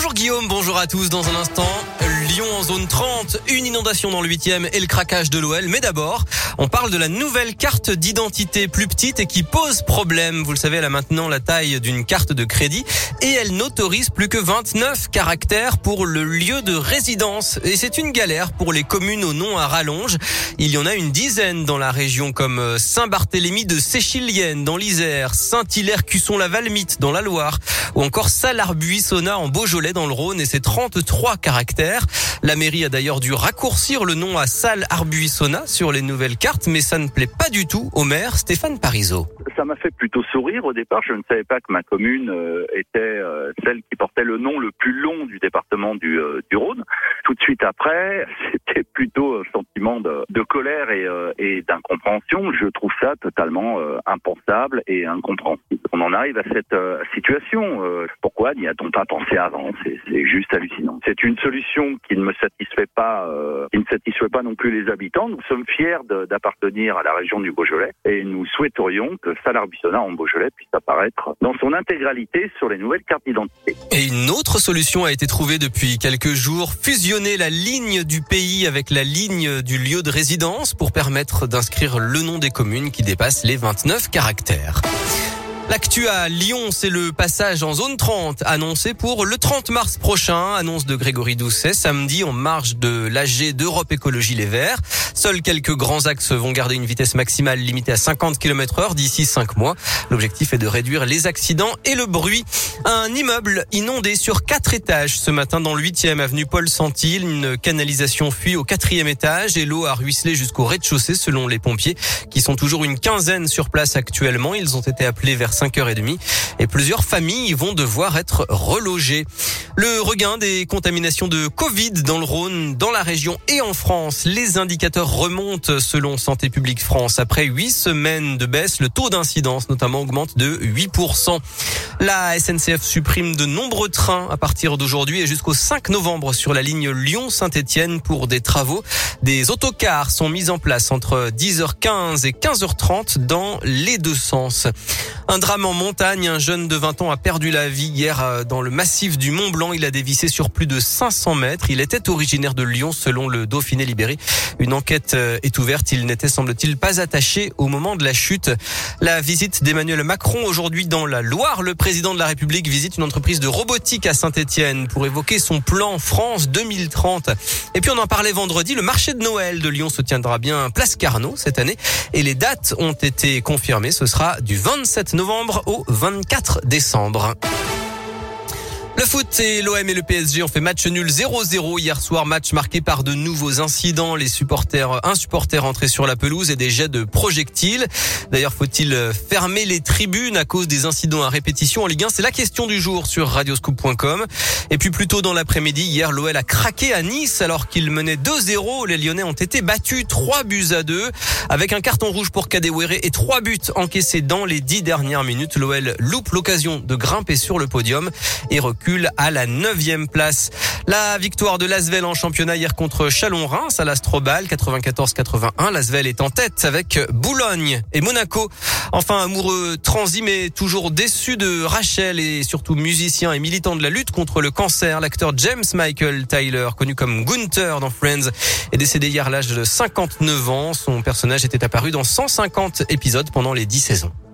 Bonjour Guillaume, bonjour à tous. Dans un instant, Lyon en zone 30, une inondation dans le 8e et le craquage de l'OL. Mais d'abord, on parle de la nouvelle carte d'identité plus petite et qui pose problème. Vous le savez, elle a maintenant la taille d'une carte de crédit et elle n'autorise plus que 29 caractères pour le lieu de résidence. Et c'est une galère pour les communes au nom à rallonge. Il y en a une dizaine dans la région comme Saint-Barthélemy de Séchilienne dans l'Isère, Saint-Hilaire-Cusson-la-Valmite dans la Loire ou encore Salars-Buissonnat en Beaujolais dans le Rhône et ses 33 caractères. La mairie a d'ailleurs dû raccourcir le nom à Salars-Buissonnat sur les nouvelles cartes, mais ça ne plaît pas du tout au maire Stéphane Parisot. Ça m'a fait plutôt sourire au départ. Je ne savais pas que ma commune était celle qui portait le nom le plus long du département du Rhône. Tout de suite après, c'était plutôt un sentiment de colère et d'incompréhension. Je trouve ça totalement impensable et incompréhensible. On en arrive à cette situation. Pourquoi n'y a-t-on pas pensé avant ? C'est juste hallucinant. C'est une solution qui ne me satisfait pas, qui ne satisfait pas non plus les habitants. Nous sommes fiers d'appartenir à la région du Beaujolais et nous souhaiterions que Salars-Buissonnat en Beaujolais puisse apparaître dans son intégralité sur les nouvelles cartes d'identité. Et une autre solution a été trouvée depuis quelques jours, fusionner la ligne du pays avec la ligne du lieu de résidence pour permettre d'inscrire le nom des communes qui dépassent les 29 caractères. L'actu à Lyon, c'est le passage en zone 30 annoncé pour le 30 mars prochain. Annonce de Grégory Doucet, samedi en marge de l'AG d'Europe Écologie Les Verts. Seuls quelques grands axes vont garder une vitesse maximale limitée à 50 km/h d'ici 5 mois. L'objectif est de réduire les accidents et le bruit. Un immeuble inondé sur 4 étages ce matin dans le 8e avenue Paul Santil. Une canalisation fuit au 4e étage et l'eau a ruisselé jusqu'au rez-de-chaussée selon les pompiers qui sont toujours une quinzaine sur place actuellement. Ils ont été appelés vers 5h30 et plusieurs familles vont devoir être relogées. Le regain des contaminations de Covid dans le Rhône, dans la région et en France. Les indicateurs remontent selon Santé publique France. Après 8 semaines de baisse, le taux d'incidence notamment augmente de 8%. La SNCF supprime de nombreux trains à partir d'aujourd'hui et jusqu'au 5 novembre sur la ligne Lyon-Saint-Étienne pour des travaux. Des autocars sont mis en place entre 10h15 et 15h30 dans les deux sens. Un drame en montagne, un jeune de 20 ans a perdu la vie hier dans le massif du Mont-Blanc. Il a dévissé sur plus de 500 mètres. Il était originaire de Lyon selon le Dauphiné libéré. Une enquête est ouverte. Il n'était, semble-t-il, pas attaché au moment de la chute. La visite d'Emmanuel Macron aujourd'hui dans la Loire. Le président de la République visite une entreprise de robotique à Saint-Étienne pour évoquer son plan France 2030. Et puis on en parlait vendredi, le marché de Noël de Lyon se tiendra bien place Carnot cette année. Et les dates ont été confirmées. Ce sera du 27 novembre au 24 décembre. Le foot et l'OM et le PSG ont fait match nul 0-0 hier soir, match marqué par de nouveaux incidents. Un supporter entré sur la pelouse et des jets de projectiles. D'ailleurs, faut-il fermer les tribunes à cause des incidents à répétition en Ligue 1? C'est la question du jour sur radioscoop.com. Et puis plus tôt dans l'après-midi, hier, l'OL a craqué à Nice alors qu'il menait 2-0. Les Lyonnais ont été battus 3-2 avec un carton rouge pour Kadewere et 3 buts encaissés dans les 10 dernières minutes. L'OL loupe l'occasion de grimper sur le podium et recule à la 9e place. La victoire de l'Asvel en championnat hier contre Chalon-Reims à l'Astrobal 94-81. L'Asvel est en tête avec Boulogne et Monaco. Enfin, amoureux transi mais toujours déçu de Rachel et surtout musicien et militant de la lutte contre le cancer. L'acteur James Michael Tyler, connu comme Gunther dans Friends, est décédé hier à l'âge de 59 ans. Son personnage était apparu dans 150 épisodes pendant les 10 saisons.